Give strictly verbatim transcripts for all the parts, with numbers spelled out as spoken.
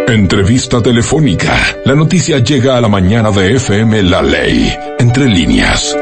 Entrevista telefónica. La noticia llega a la mañana de F M La Ley. Entre líneas.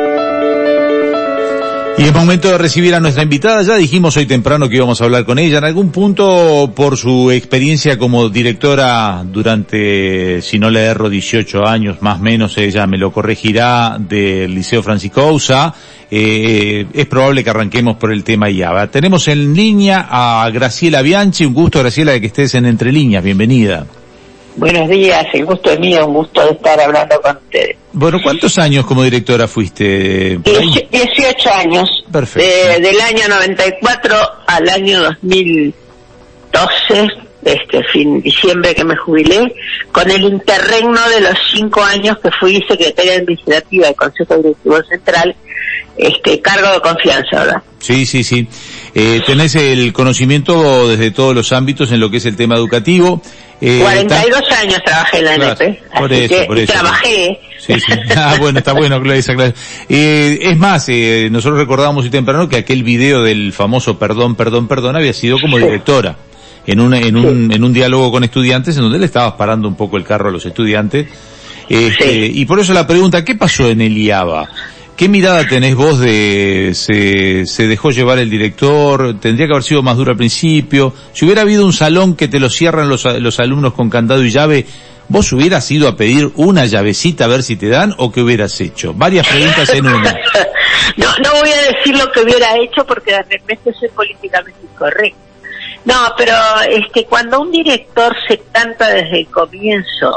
Y es momento de recibir a nuestra invitada. Ya dijimos hoy temprano que íbamos a hablar con ella. En algún punto, por su experiencia como directora durante, si no le erro, dieciocho años, más o menos, ella me lo corregirá, del Liceo Francisco Ousa, eh, es probable que arranquemos por el tema I A B A. Tenemos en línea a Graciela Bianchi. Un gusto, Graciela, de que estés en Entre Líneas. Bienvenida. Buenos días, el gusto es mío, un gusto de estar hablando con ustedes. Bueno, ¿cuántos años como directora fuiste? dieciocho años. Perfecto. De, del año noventa y cuatro al año dos mil doce, este fin diciembre que me jubilé, con el interregno de los cinco años que fui secretaria administrativa del Consejo Directivo Central, este cargo de confianza, ¿verdad? Sí, sí, sí. Eh, tenés el conocimiento desde todos los ámbitos en lo que es el tema educativo. Eh, cuarenta y dos está... años trabajé en la claro, N P, por así eso, que por eso. trabajé. Sí, sí. Ah, bueno, está bueno, Clarisa, claro. Eh, es más, eh, nosotros recordábamos hoy temprano que aquel video del famoso perdón, perdón, perdón había sido como sí. directora. En un, en un, sí. en un diálogo con estudiantes en donde le estabas parando un poco el carro a los estudiantes. Este, sí. Y por eso la pregunta, ¿qué pasó en el I A B A? ¿Qué mirada tenés vos de se, se dejó llevar el director? ¿Tendría que haber sido más duro al principio? Si hubiera habido un salón que te lo cierran los, los alumnos con candado y llave, ¿vos hubieras ido a pedir una llavecita a ver si te dan o qué hubieras hecho? Varias preguntas en una. No, no voy a decir lo que hubiera hecho porque de repente soy políticamente incorrecto. No, pero este cuando un director se canta desde el comienzo,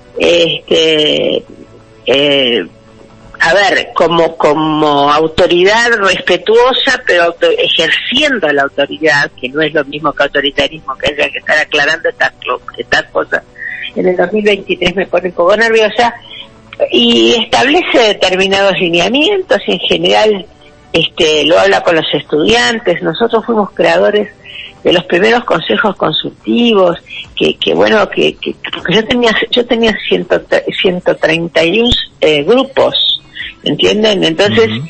este, eh, a ver, como como autoridad respetuosa, pero auto, ejerciendo la autoridad, que no es lo mismo que autoritarismo, que haya que estar aclarando estas, estas cosas. En el dos mil veintitrés me pone un poco nerviosa, y establece determinados lineamientos, y en general este lo habla con los estudiantes. Nosotros fuimos creadores de los primeros consejos consultivos, que, que bueno, que, que, porque yo tenía, yo tenía ciento, ciento treinta y uno eh, grupos, ¿entienden? Entonces, uh-huh.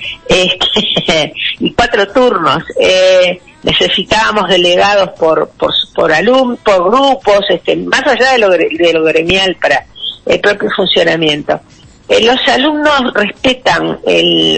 este, y cuatro turnos, eh, necesitábamos delegados por, por, por alumnos, por grupos, este, más allá de lo, de lo gremial para el propio funcionamiento. Eh, los alumnos respetan el,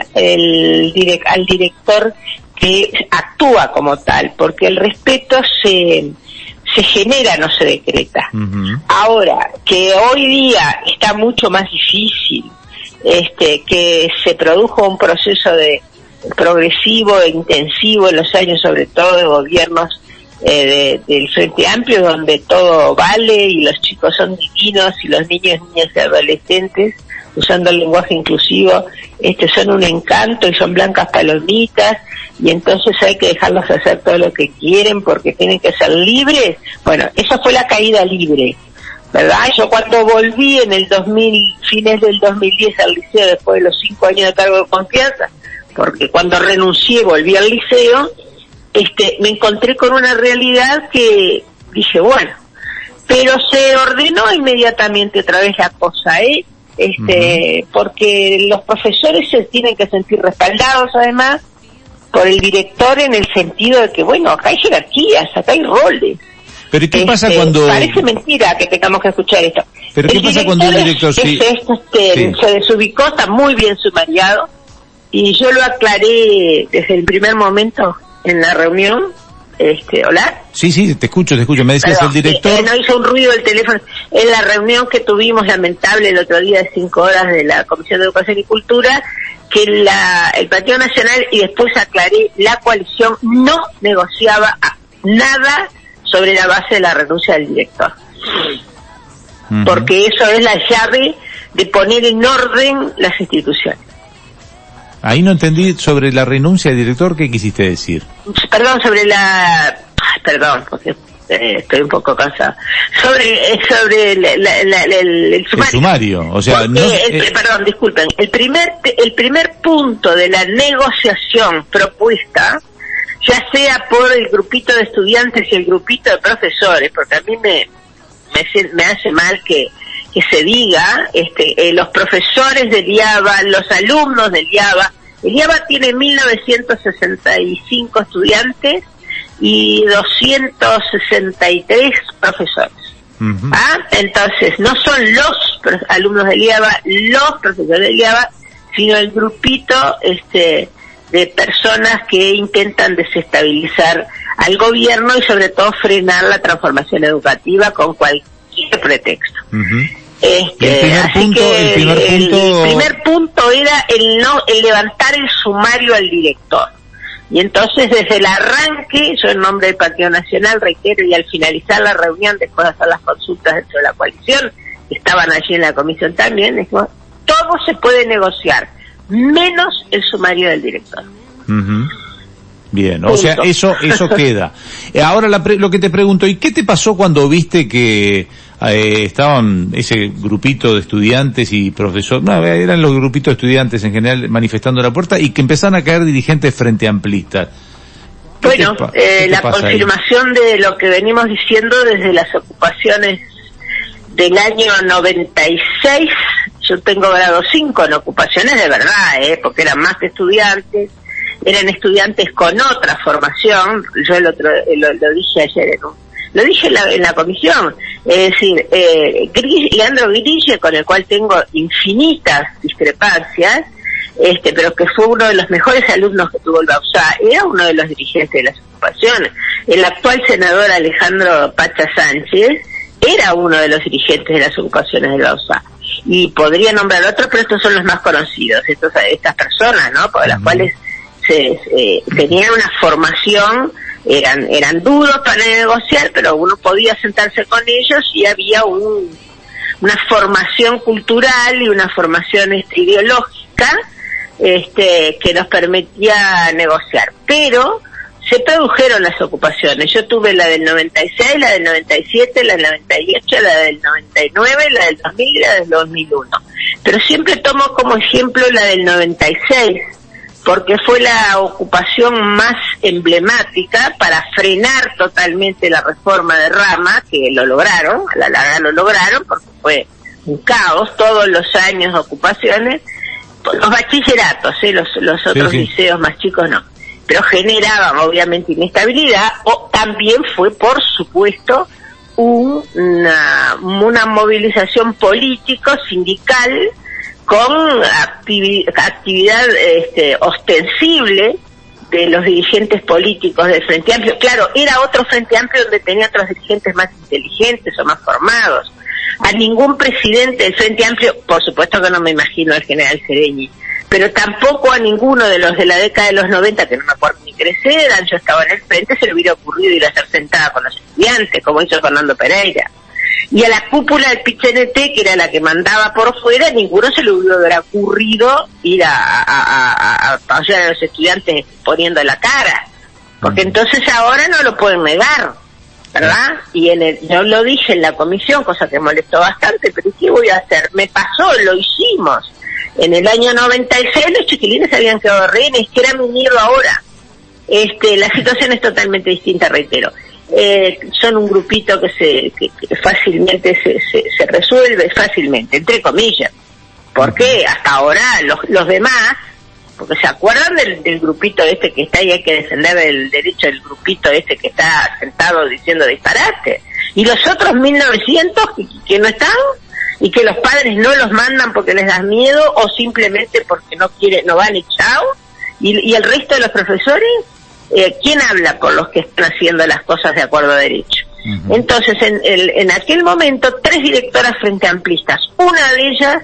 el direct, al director que actúa como tal, porque el respeto se se genera, no se decreta. Uh-huh. Ahora, que hoy día está mucho más difícil, este, que se produjo un proceso de progresivo e intensivo en los años, sobre todo de gobiernos eh, de, del Frente Amplio, donde todo vale y los chicos son divinos y los niños, niñas y adolescentes, usando el lenguaje inclusivo, este son un encanto y son blancas palomitas, y entonces hay que dejarlos hacer todo lo que quieren porque tienen que ser libres. Bueno, esa fue la caída libre, ¿verdad? Yo cuando volví en el dos mil, fines del dos mil diez al liceo, después de los cinco años de cargo de confianza, porque cuando renuncié volví al liceo, este, me encontré con una realidad que dije, bueno, pero se ordenó inmediatamente otra vez la cosa, ¿eh? Este, uh-huh. porque los profesores se tienen que sentir respaldados además por el director, en el sentido de que, bueno, acá hay jerarquías, acá hay roles. Pero ¿qué este, pasa cuando...? Parece mentira que tengamos que escuchar esto. ¿Pero qué pasa cuando el director sí? Es esto, este, sí. Se desubicó, está muy bien sumariado, y yo lo aclaré desde el primer momento en la reunión. Este, ¿hola? Sí, sí, te escucho, te escucho. Me decías Perdón, el director... Eh, no hizo un ruido el teléfono. En la reunión que tuvimos, lamentable, el otro día de cinco horas de la Comisión de Educación y Cultura, que la, el Partido Nacional, y después aclaré, la coalición no negociaba nada sobre la base de la renuncia del director. Uh-huh. Porque eso es la llave de poner en orden las instituciones. Ahí no entendí sobre la renuncia del director, ¿qué quisiste decir? Perdón, sobre la... Perdón, porque eh, estoy un poco cansada. Sobre sobre la, la, la, la, el, el sumario. El sumario, o sea... Porque no, el, eh... Perdón, disculpen. El primer el primer punto de la negociación propuesta, ya sea por el grupito de estudiantes y el grupito de profesores, porque a mí me me, me hace mal que que se diga, este, eh, los profesores del I A B A, los alumnos del I A B A. El I A B A tiene mil novecientos sesenta y cinco estudiantes y doscientos sesenta y tres profesores. Uh-huh. ¿Ah? Entonces, no son los pro- alumnos del I A B A, los profesores del I A B A, sino el grupito este de personas que intentan desestabilizar al gobierno y sobre todo frenar la transformación educativa con cualquier pretexto. Uh-huh. Este, el así punto, que el primer el, punto... el primer punto era el no, el levantar el sumario al director. Y entonces desde el arranque, yo en nombre del Partido Nacional reitero, y al finalizar la reunión, después de hacer las consultas dentro de la coalición, que estaban allí en la comisión también, dijimos, todo se puede negociar, menos el sumario del director. Uh-huh. Bien, o Punto. sea, eso eso queda. Ahora la pre- lo que te pregunto, ¿y qué te pasó cuando viste que eh, estaban ese grupito de estudiantes y profesores, no, eran los grupitos de estudiantes en general manifestando a la puerta y que empezaron a caer dirigentes frente amplistas? Bueno, eh, la confirmación ahí? de lo que venimos diciendo desde las ocupaciones del año noventa y seis, yo tengo grado cinco en ocupaciones de verdad, eh, porque eran más que estudiantes, eran estudiantes con otra formación, yo el otro lo, lo dije ayer en un, lo dije en la, en la comisión, es decir, eh, Gris, Leandro Grille, con el cual tengo infinitas discrepancias, este, pero que fue uno de los mejores alumnos que tuvo el Bauzá, era uno de los dirigentes de las ocupaciones. El actual senador Alejandro Pacha Sánchez era uno de los dirigentes de las ocupaciones del Bauzá. Y podría nombrar otros, pero estos son los más conocidos, estos, estas personas, ¿no? Por las uh-huh. cuales se, se tenían una formación, eran eran duros para negociar, pero uno podía sentarse con ellos y había un, una formación cultural y una formación este, ideológica este, que nos permitía negociar. Pero se produjeron las ocupaciones. Yo tuve la del noventa y seis, la del noventa y siete, la del noventa y ocho, la del noventa y nueve, la del dos mil y la del dos mil uno. Pero siempre tomo como ejemplo la del noventa y seis, porque fue la ocupación más emblemática para frenar totalmente la reforma de Rama, que lo lograron, a la larga lo lograron, porque fue un caos, todos los años de ocupaciones, los bachilleratos, ¿eh? los, los otros sí, sí. liceos más chicos no, pero generaban obviamente inestabilidad, o también fue, por supuesto, una, una movilización político-sindical con activi- actividad este, ostensible de los dirigentes políticos del Frente Amplio. Claro, era otro Frente Amplio donde tenía otros dirigentes más inteligentes o más formados. A ningún presidente del Frente Amplio, por supuesto que no me imagino al general Sereñi, pero tampoco a ninguno de los de la década de los noventa, que no me acuerdo ni qué eran, yo estaba en el frente, se le hubiera ocurrido ir a ser sentada con los estudiantes, como hizo Fernando Pereira. Y a la cúpula del P C N T, que era la que mandaba por fuera, ninguno se le hubiera ocurrido ir a, a, a, a apoyar a los estudiantes poniendo la cara. Porque entonces ahora no lo pueden negar, ¿verdad? Y en el, yo lo dije en la comisión, cosa que molestó bastante, pero ¿qué voy a hacer? Me pasó, lo hicimos. En el año noventa y seis los chiquilines habían quedado rehenes, que era mi miedo ahora. Este, la situación es totalmente distinta, reitero. Eh, son un grupito que se que, que fácilmente se, se, se resuelve, fácilmente, entre comillas. Porque hasta ahora los, los demás, porque se acuerdan del, del grupito este que está ahí, hay que defender el derecho del grupito este que está sentado diciendo disparate. Y los otros mil novecientos que, que no están, y que los padres no los mandan porque les da miedo o simplemente porque no quieren, no van y chao. Y, y el resto de los profesores, Eh, ¿quién habla por los que están haciendo las cosas de acuerdo a derecho? Uh-huh. Entonces, en, el, en aquel momento, tres directoras frente amplistas. Una de ellas,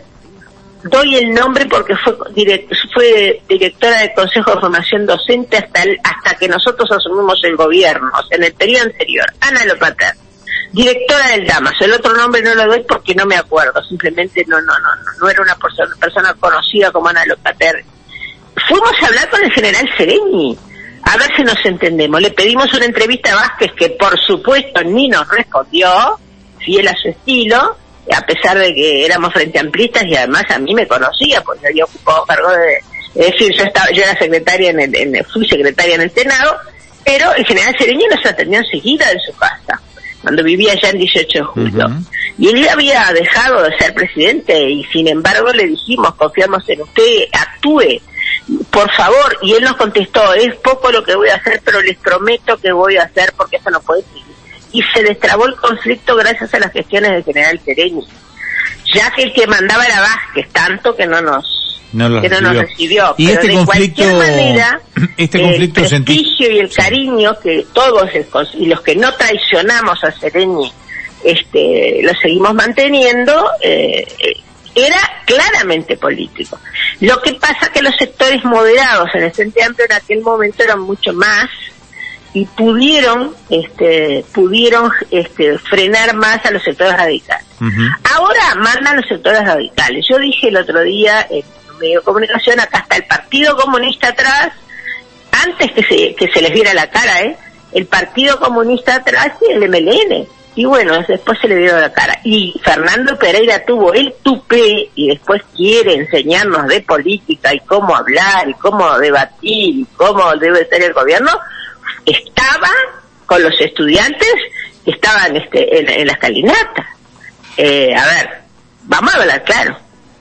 doy el nombre porque fue, direct, fue directora del Consejo de Formación Docente hasta el, hasta que nosotros asumimos el gobierno, o sea, en el periodo anterior, Ana Lopater, directora del Damas. El otro nombre no lo doy porque no me acuerdo, simplemente no no no no, no era una persona, persona conocida como Ana Lopater. Fuimos a hablar con el general Sereñi, a ver si nos entendemos. Le pedimos una entrevista a Vázquez, que por supuesto ni nos respondió, fiel a su estilo, a pesar de que éramos frente amplistas y además a mí me conocía, porque había ocupado cargo de... Es decir, yo estaba, yo era secretaria en el, en, fui secretaria en el Senado, pero el general Sereñi nos atendió enseguida en su casa, cuando vivía allá en dieciocho de julio. Uh-huh. Y él había dejado de ser presidente y sin embargo le dijimos, confiamos en usted, actúe, por favor, y él nos contestó, es poco lo que voy a hacer, pero les prometo que voy a hacer porque eso no puede seguir. y se destrabó el conflicto gracias a las gestiones del general Sereñi, ya que el que mandaba era Vázquez, tanto que no nos No lo que no recibió. nos recibió. Y pero este de conflicto, cualquier manera, este el conflicto prestigio sentí- y el sí. cariño que todos los- y los que no traicionamos a Sereñi, este, lo seguimos manteniendo, eh, era claramente político. Lo que pasa que los sectores moderados en el Frente Amplio en aquel momento eran mucho más y pudieron, este, pudieron, este, frenar más a los sectores radicales. Uh-huh. Ahora mandan los sectores radicales. Yo dije el otro día en un medio de comunicación, acá está el Partido Comunista atrás, antes que se, que se les viera la cara, ¿eh? El Partido Comunista atrás y el M L N. Y bueno, después se le dio la cara. Y Fernando Pereira tuvo el tupé y después quiere enseñarnos de política y cómo hablar y cómo debatir y cómo debe ser el gobierno. Estaba con los estudiantes que estaban este, en, en la escalinata. Eh, a ver, vamos a hablar claro.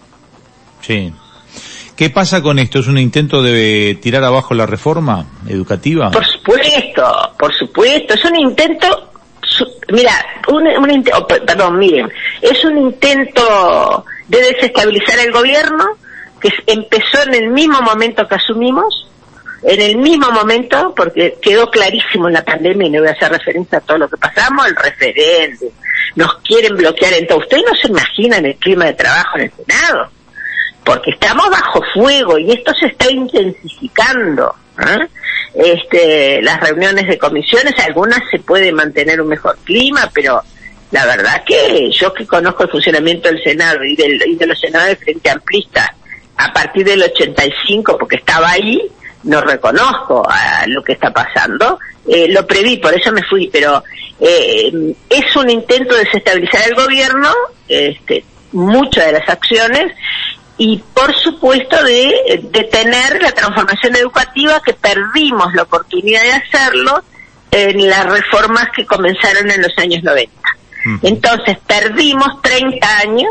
Sí. ¿Qué pasa con esto? ¿Es un intento de tirar abajo la reforma educativa? Por supuesto, por supuesto. Es un intento, su, mira, un, un int- oh, perdón, miren, es un intento de desestabilizar el gobierno que empezó en el mismo momento que asumimos, en el mismo momento, porque quedó clarísimo en la pandemia, y no voy a hacer referencia a todo lo que pasamos, el referéndum, nos quieren bloquear en todo. Ustedes no se imaginan el clima de trabajo en el Senado, porque estamos bajo fuego y esto se está intensificando, ¿eh? Este, las reuniones de comisiones, algunas se puede mantener un mejor clima, pero la verdad que yo que conozco el funcionamiento del Senado y, del, y de los senadores Frente Amplista a partir del ochenta y cinco, porque estaba ahí, no reconozco a lo que está pasando, eh, lo preví, por eso me fui, pero eh, es un intento de desestabilizar el gobierno, este, muchas de las acciones, y por supuesto de detener la transformación educativa que perdimos la oportunidad de hacerlo en las reformas que comenzaron en los años noventa. Uh-huh. Entonces perdimos treinta años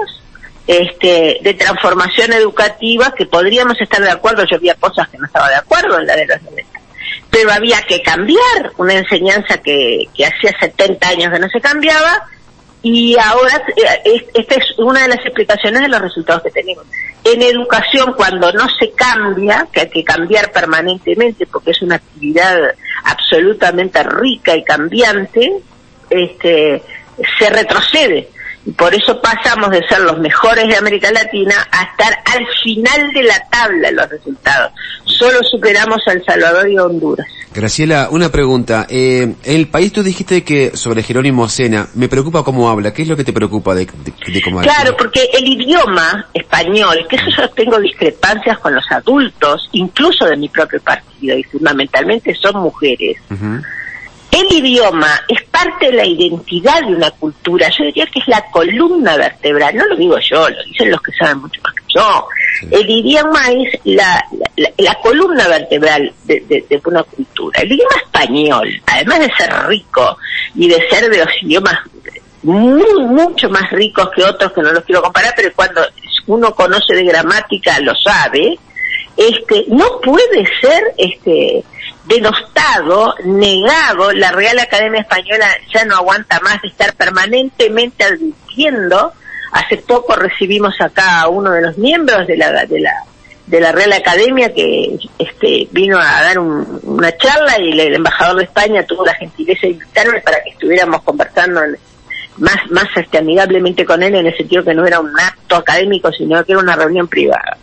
este de transformación educativa que podríamos estar de acuerdo, yo había cosas que no estaba de acuerdo en la de los noventa, pero había que cambiar una enseñanza que, que hacía setenta años que no se cambiaba. Y ahora, esta es una de las explicaciones de los resultados que tenemos. En educación, cuando no se cambia, que hay que cambiar permanentemente, porque es una actividad absolutamente rica y cambiante, este, se retrocede. Y por eso pasamos de ser los mejores de América Latina a estar al final de la tabla en los resultados. Solo superamos a El Salvador y a Honduras. Graciela, una pregunta. Eh, el país, tú dijiste que sobre Jerónimo Sena, me preocupa cómo habla. ¿Qué es lo que te preocupa de, de, de cómo habla? Claro, porque el idioma español, que eso yo tengo discrepancias con los adultos, incluso de mi propio partido, y fundamentalmente son mujeres. Uh-huh. El idioma es parte de la identidad de una cultura. Yo diría que es la columna vertebral. No lo digo yo, lo dicen los que saben mucho más que yo. Sí. El idioma es la, la, la columna vertebral de, de, de una cultura. El idioma español, además de ser rico y de ser de los idiomas muy, mucho más ricos que otros que no los quiero comparar, pero cuando uno conoce de gramática lo sabe, este, no puede ser, este, denostado, negado. La Real Academia Española ya no aguanta más de estar permanentemente advirtiendo. Hace poco recibimos acá a uno de los miembros de la de la de la Real Academia que este vino a dar un, una charla, y el embajador de España tuvo la gentileza de invitarme para que estuviéramos conversando en, más más este, amigablemente con él, en el sentido que no era un acto académico, sino que era una reunión privada.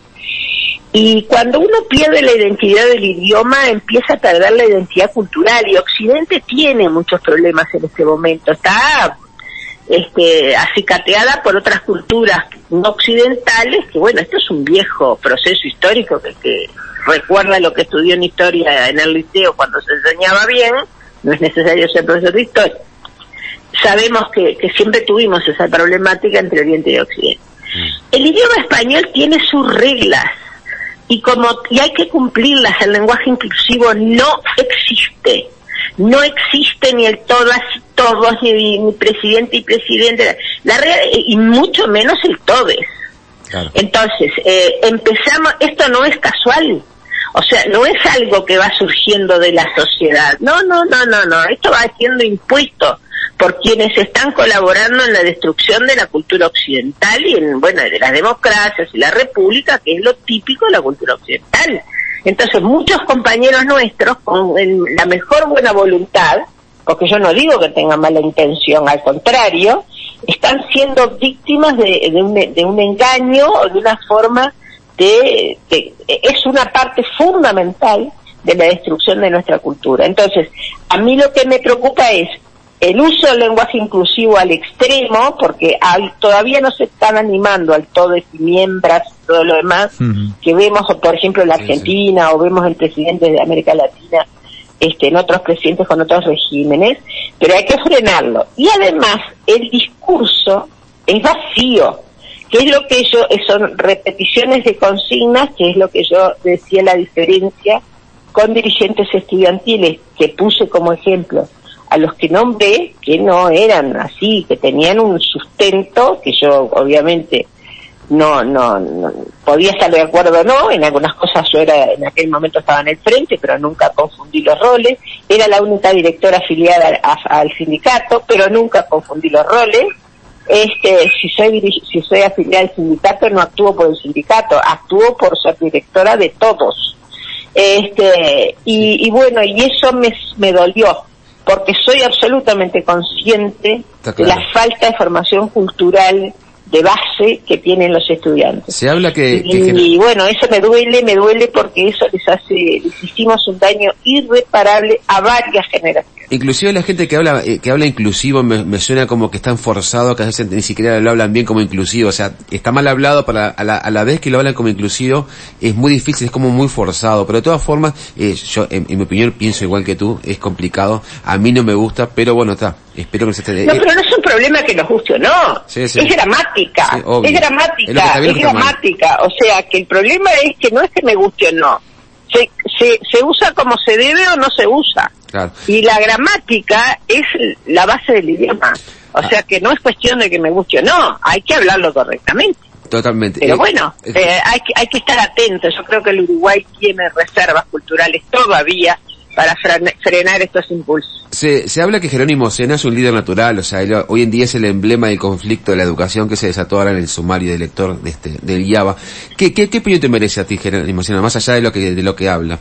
Y cuando uno pierde la identidad del idioma, empieza a perder la identidad cultural, y Occidente tiene muchos problemas en este momento. Está este, acicateada por otras culturas no occidentales, que bueno, esto es un viejo proceso histórico que, que recuerda lo que estudió en historia en el liceo cuando se enseñaba bien, no es necesario ser profesor de historia. Sabemos que, que siempre tuvimos esa problemática entre Oriente y Occidente. El idioma español tiene sus reglas, y como y hay que cumplirlas. El lenguaje inclusivo no existe, no existe ni el todas y todos, ni, ni presidente y presidente, la real, y mucho menos el todes. Claro. Entonces, eh, empezamos, esto no es casual, o sea, no es algo que va surgiendo de la sociedad, no, no, no, no, no, esto va siendo impuesto por quienes están colaborando en la destrucción de la cultura occidental y en, bueno, de las democracias y la república, que es lo típico de la cultura occidental. Entonces, muchos compañeros nuestros, con el, la mejor buena voluntad, porque yo no digo que tengan mala intención, al contrario, están siendo víctimas de, de, un, de un engaño o de una forma de, de... es una parte fundamental de la destrucción de nuestra cultura. Entonces, a mí lo que me preocupa es el uso del lenguaje inclusivo al extremo, porque hay, todavía no se están animando al todo y miembros, todo lo demás, uh-huh. que vemos, por ejemplo, en la Argentina, sí, sí. o vemos en presidentes de América Latina, este, en otros presidentes con otros regímenes, pero hay que frenarlo. Y además, el discurso es vacío, que es lo que yo, son repeticiones de consignas, que es lo que yo decía la diferencia con dirigentes estudiantiles, que puse como ejemplo a los que nombré, que no eran así, que tenían un sustento, que yo obviamente no, no, no podía estar de acuerdo o no, en algunas cosas yo era, en aquel momento estaba en el frente, pero nunca confundí los roles, era la única directora afiliada a, a, al sindicato, pero nunca confundí los roles. Este, si soy si soy afiliada al sindicato, no actúo por el sindicato, actúo por ser directora de todos. Este, y, y bueno, y eso me, me dolió, porque soy absolutamente consciente claro. de la falta de formación cultural de base que tienen los estudiantes. Se habla que... Y, que... y bueno, eso me duele, me duele porque eso les hace, les hicimos un daño irreparable a varias generaciones. Inclusive la gente que habla eh, que habla inclusivo me, me suena como que están forzados, que a veces ni siquiera lo hablan bien como inclusivo, o sea, está mal hablado, para a la, a la vez que lo hablan como inclusivo es muy difícil, es como muy forzado, pero de todas formas, eh, yo en, en mi opinión pienso igual que tú, es complicado, a mí no me gusta, pero bueno, está, espero que se esté... No, pero no es un problema que nos guste o no, sí, sí. es gramática, sí, es gramática, es, es gramática, o sea, que el problema es que no es que me guste o no, se, se, se usa como se debe o no se usa. Claro. Y la gramática es la base del idioma. O ah. sea que no es cuestión de que me guste o no, hay que hablarlo correctamente. Totalmente. Pero eh, bueno, eh, eh, hay, que, hay que estar atentos. Yo creo que el Uruguay tiene reservas culturales todavía para fre- frenar estos impulsos. Se, se habla que Jerónimo Sena es un líder natural, o sea, él, hoy en día es el emblema del conflicto de la educación que se desató ahora en el sumario del lector de este, del I A B A. ¿Qué, qué, qué opinión te merece a ti, Jerónimo Sena, más allá de lo que, de lo que habla?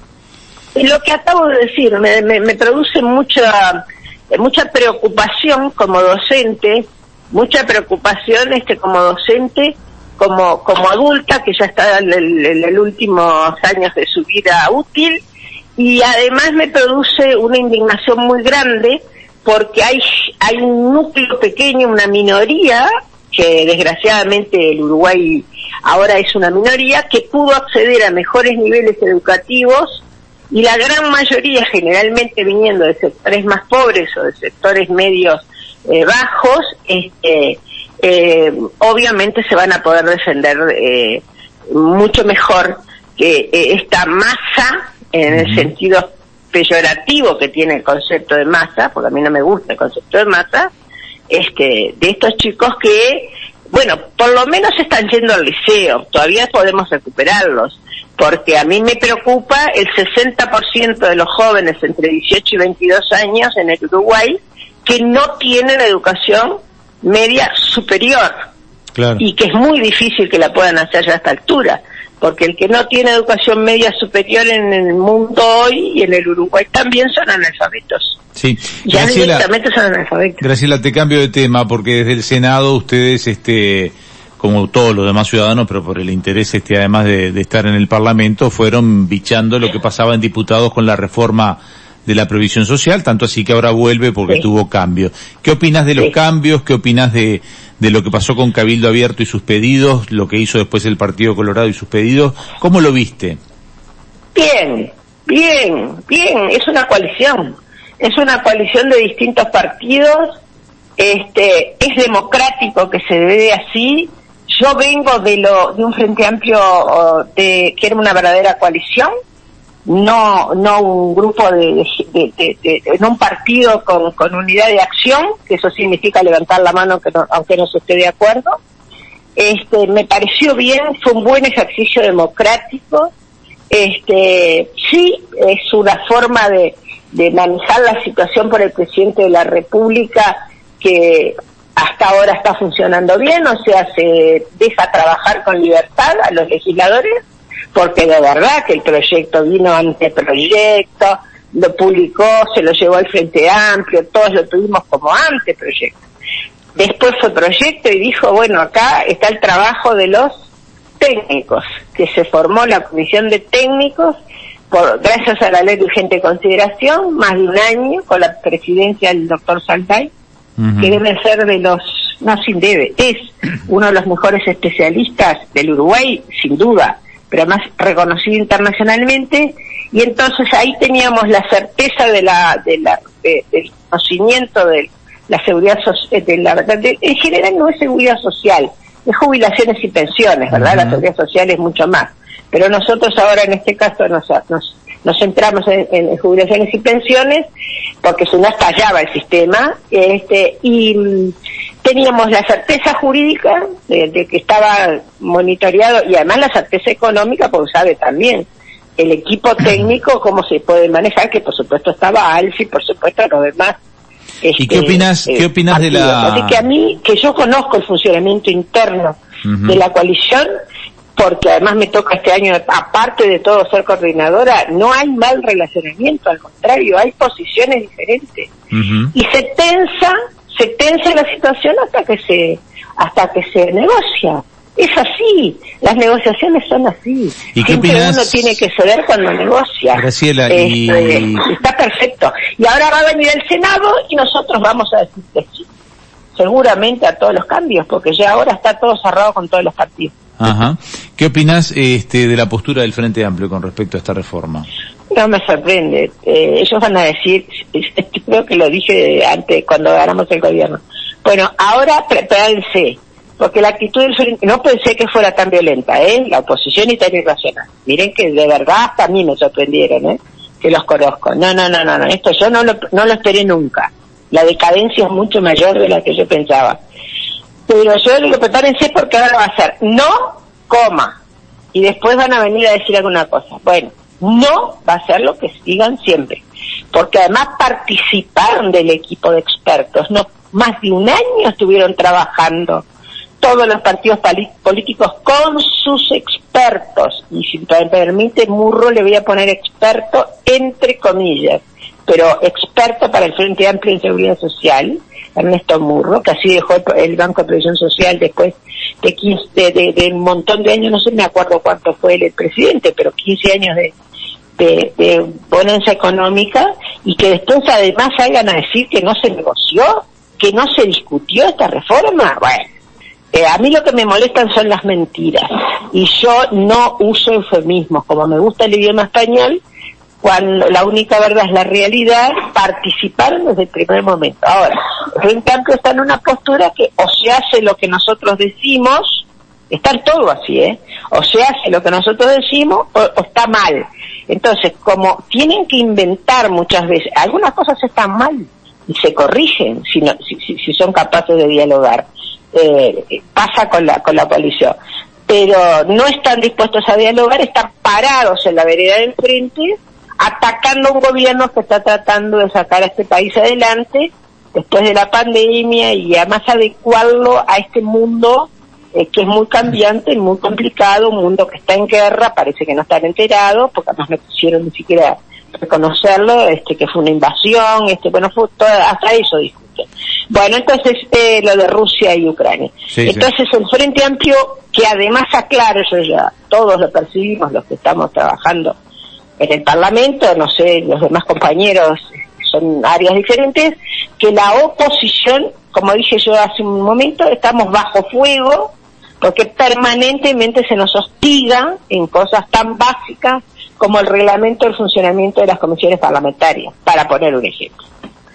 Y lo que acabo de decir me, me, me produce mucha mucha preocupación como docente, mucha preocupación este como docente, como como adulta que ya está en los últimos años de su vida útil, y además me produce una indignación muy grande porque hay hay un núcleo pequeño, una minoría, que desgraciadamente el Uruguay ahora es una minoría, que pudo acceder a mejores niveles educativos. Y la gran mayoría, generalmente viniendo de sectores más pobres o de sectores medios eh, bajos, este, eh, obviamente se van a poder defender eh, mucho mejor que eh, esta masa, en el sentido peyorativo que tiene el concepto de masa, porque a mí no me gusta el concepto de masa, este, de estos chicos que, bueno, por lo menos están yendo al liceo, todavía podemos recuperarlos. Porque a mí me preocupa el sesenta por ciento de los jóvenes entre dieciocho y veintidós años en el Uruguay que no tienen educación media superior. Claro. Y que es muy difícil que la puedan hacer ya a esta altura, porque el que no tiene educación media superior en el mundo hoy y en el Uruguay también son analfabetos. Sí. Ya Graciela, directamente son analfabetos. Graciela, te cambio de tema, porque desde el Senado ustedes, este... como todos los demás ciudadanos, pero por el interés este además de, de estar en el Parlamento, fueron bichando lo que pasaba en diputados con la reforma de la previsión social, tanto así que ahora vuelve porque sí. tuvo cambios. ¿Qué opinas de los sí. cambios? ¿Qué opinas de, de lo que pasó con Cabildo Abierto y sus pedidos? Lo que hizo después el Partido Colorado y sus pedidos. ¿Cómo lo viste? Bien, bien, bien. Es una coalición. Es una coalición de distintos partidos. Este, es democrático que se dé así. Yo vengo de lo de un Frente Amplio de que era una verdadera coalición, no no un grupo de, de, de, de, de no un partido con, con unidad de acción, que eso significa levantar la mano que no, aunque no se esté de acuerdo. Este, me pareció bien, fue un buen ejercicio democrático. Este, sí, es una forma de, de manejar la situación por el presidente de la República que hasta ahora está funcionando bien, o sea, se deja trabajar con libertad a los legisladores, porque de verdad que el proyecto vino anteproyecto, lo publicó, se lo llevó al Frente Amplio, todos lo tuvimos como anteproyecto. Después fue proyecto y dijo, bueno, acá está el trabajo de los técnicos, que se formó la comisión de técnicos, por gracias a la ley de urgente consideración, más de un año, con la presidencia del doctor Salday, uh-huh. que debe ser de los, no sin debe, es uno de los mejores especialistas del Uruguay, sin duda, pero más reconocido internacionalmente, y entonces ahí teníamos la certeza de la, de la, de, del conocimiento de la seguridad social, de la verdad, de, en general no es seguridad social, es jubilaciones y pensiones, ¿verdad? Uh-huh. La seguridad social es mucho más, pero nosotros ahora en este caso nos, nos, nos centramos en, en jubilaciones y pensiones, porque si no estallaba el sistema, este, y mm, teníamos la certeza jurídica de, de que estaba monitoreado, y además la certeza económica, porque sabe también el equipo técnico cómo se puede manejar, que por supuesto estaba Alfi, por supuesto los demás. Este, ¿Y qué opinas, eh, qué opinas de la...? Así que a mí, que yo conozco el funcionamiento interno uh-huh. de la coalición, porque además me toca este año, aparte de todo ser coordinadora, no hay mal relacionamiento, al contrario, hay posiciones diferentes. Uh-huh. Y se tensa, se tensa la situación hasta que se, hasta que se negocia. Es así, las negociaciones son así. ¿Y qué Siempre opinas? Uno tiene que ceder cuando negocia. Graciela, este, y... Está perfecto. Y ahora va a venir el Senado y nosotros vamos a decir que sí. Seguramente a todos los cambios, porque ya ahora está todo cerrado con todos los partidos. Ajá. ¿Qué opinas este, de la postura del Frente Amplio con respecto a esta reforma? No me sorprende. Eh, ellos van a decir, creo que lo dije antes cuando ganamos el gobierno. Bueno, ahora prepárense, porque la actitud del Frente, no pensé que fuera tan violenta, ¿eh? La oposición y tan irracional. Miren que de verdad hasta a mí me sorprendieron, ¿eh? Que los conozco. No, no, no, no, no. Esto yo no lo, no lo esperé nunca. La decadencia es mucho mayor de la que yo pensaba. Pero yo digo, prepárense porque ahora va a ser no, coma. Y después van a venir a decir alguna cosa. Bueno, no va a ser lo que digan siempre. Porque además participaron del equipo de expertos. No, más de un año estuvieron trabajando todos los partidos políticos con sus expertos. Y si me permite, Murro, le voy a poner experto entre comillas. Pero experto para el Frente Amplio en Seguridad Social, Ernesto Murro, que así dejó el, el Banco de Previsión Social después de quince, de, de, de un montón de años, no sé, me acuerdo cuánto fue el, el presidente, pero quince años de, de, de bonanza económica, y que después además salgan a decir que no se negoció, que no se discutió esta reforma. Bueno, eh, a mí lo que me molestan son las mentiras, y yo no uso eufemismos, como me gusta el idioma español. Cuando la única verdad es la realidad, participaron desde el primer momento. Ahora, el Frente Amplio está en una postura que o se hace lo que nosotros decimos, está todo así, ¿eh? O se hace lo que nosotros decimos o, o está mal. Entonces, como tienen que inventar muchas veces, algunas cosas están mal y se corrigen si, no, si, si, si son capaces de dialogar. Eh, pasa con la, con la coalición. Pero no están dispuestos a dialogar, están parados en la vereda del frente, atacando a un gobierno que está tratando de sacar a este país adelante después de la pandemia y además adecuarlo a este mundo eh, que es muy cambiante, muy complicado, un mundo que está en guerra, parece que no están enterados, porque además no quisieron ni siquiera reconocerlo, este que fue una invasión, este bueno, fue todo, hasta eso discuten. Bueno, entonces eh, lo de Rusia y Ucrania. Sí, entonces sí. El Frente Amplio, que además aclaro, eso ya todos lo percibimos, los que estamos trabajando en el Parlamento, no sé, los demás compañeros, son áreas diferentes, que la oposición, como dije yo hace un momento, estamos bajo fuego, porque permanentemente se nos hostiga en cosas tan básicas como el reglamento del funcionamiento de las comisiones parlamentarias, para poner un ejemplo.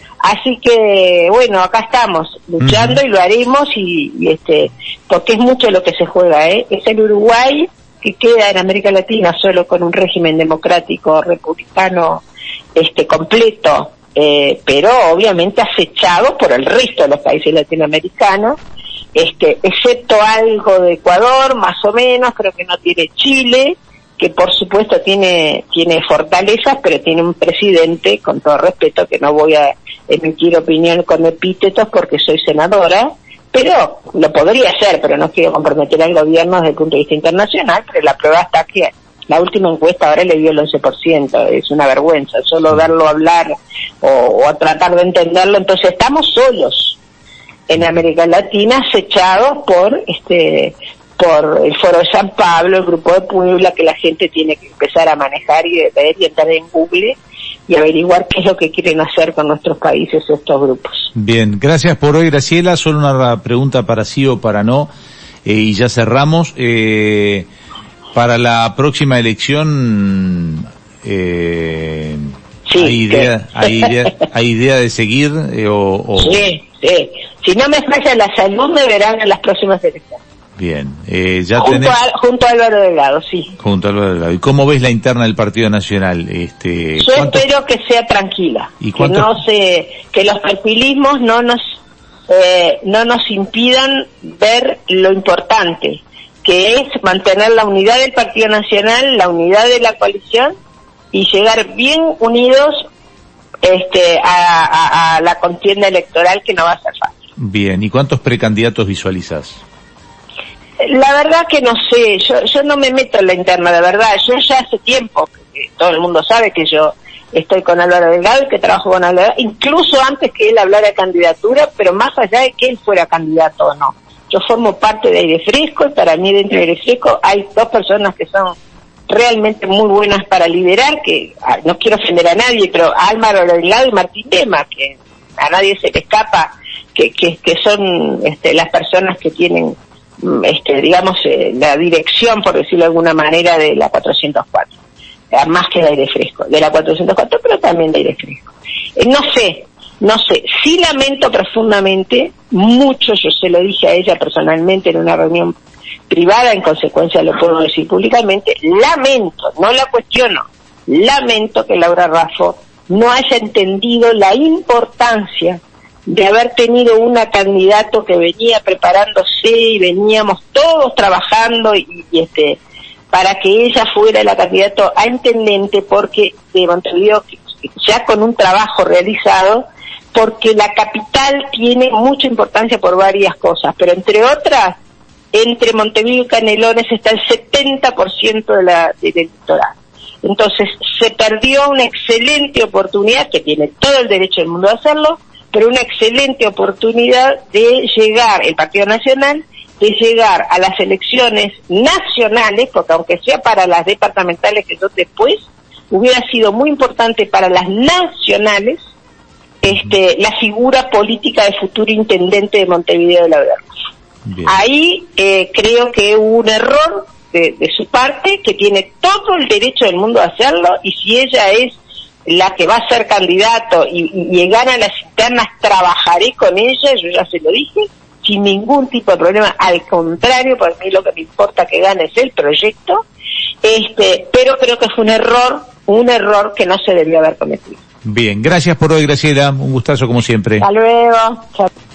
Así que, bueno, acá estamos, luchando, uh-huh. y lo haremos, y, y este, porque es mucho lo que se juega, ¿eh? Es el Uruguay que queda en América Latina solo con un régimen democrático, republicano, este, completo, eh, pero obviamente acechado por el resto de los países latinoamericanos, este, excepto algo de Ecuador, más o menos, creo que no tiene Chile, que por supuesto tiene tiene fortalezas, pero tiene un presidente, con todo respeto, que no voy a emitir opinión con epítetos porque soy senadora, pero lo podría hacer, pero no quiero comprometer al gobierno desde el punto de vista internacional, pero la prueba está que la última encuesta ahora le dio el once por ciento, es una vergüenza, solo verlo hablar o, o tratar de entenderlo. Entonces estamos solos en América Latina, acechados por este por el Foro de San Pablo, el Grupo de Puebla, que la gente tiene que empezar a manejar y ver y entrar en Google y averiguar qué es lo que quieren hacer con nuestros países estos grupos. Bien, gracias por hoy, Graciela. Solo una pregunta para sí o para no, eh, y ya cerramos. Eh, para la próxima elección, eh, sí, ¿hay idea, que... hay idea, hay idea de seguir eh, o, o...? Sí, sí. Si no me falla la salud, me verán en las próximas elecciones. Bien, eh, ya junto, tenés... a, junto a Álvaro Delgado, sí. Junto a Álvaro Delgado. ¿Y cómo ves la interna del Partido Nacional? Este, Yo espero que sea tranquila, ¿Y que no se, que los perfilismos no nos, eh, no nos impidan ver lo importante, que es mantener la unidad del Partido Nacional, la unidad de la coalición y llegar bien unidos, este, a, a, a la contienda electoral, que no va a ser fácil. Bien, ¿y cuántos precandidatos visualizás? La verdad que no sé, yo yo no me meto en la interna, de verdad. Yo ya hace tiempo, que todo el mundo sabe que yo estoy con Álvaro Delgado y que trabajo con Álvaro, incluso antes que él hablara de candidatura, pero más allá de que él fuera candidato o no. Yo formo parte de Aire Fresco y para mí dentro de Aire Fresco hay dos personas que son realmente muy buenas para liderar, que no quiero ofender a nadie, pero Álvaro Delgado y Martín Dema, que a nadie se le escapa, que que, que son este, las personas que tienen este digamos eh, la dirección, por decirlo de alguna manera, de la cuatrocientos cuatro, eh, más que de Aire Fresco, de la cuatrocientos cuatro, pero también de Aire Fresco. Eh, no sé, no sé, sí lamento profundamente, mucho, yo se lo dije a ella personalmente en una reunión privada, en consecuencia lo puedo decir públicamente, lamento, no la cuestiono, lamento que Laura Raffo no haya entendido la importancia de haber tenido una candidato que venía preparándose y veníamos todos trabajando y, y este para que ella fuera la candidata a intendente, porque de Montevideo, ya con un trabajo realizado, porque la capital tiene mucha importancia por varias cosas, pero entre otras, entre Montevideo y Canelones está el setenta por ciento de la del electorado. Entonces se perdió una excelente oportunidad, que tiene todo el derecho del mundo a hacerlo, pero una excelente oportunidad de llegar, el Partido Nacional, de llegar a las elecciones nacionales, porque aunque sea para las departamentales que son después, hubiera sido muy importante para las nacionales, este, la figura política de futuro intendente de Montevideo de la Veracruz. Ahí eh, creo que hubo un error de, de su parte, que tiene todo el derecho del mundo a hacerlo, y si ella es la que va a ser candidato y, y, y gana las internas, trabajaré con ella, yo ya se lo dije, sin ningún tipo de problema, al contrario, para mí lo que me importa que gane es el proyecto, este, pero creo que fue un error, un error que no se debió haber cometido. Bien, gracias por hoy, Graciela, un gustazo como siempre. Hasta luego. Chao.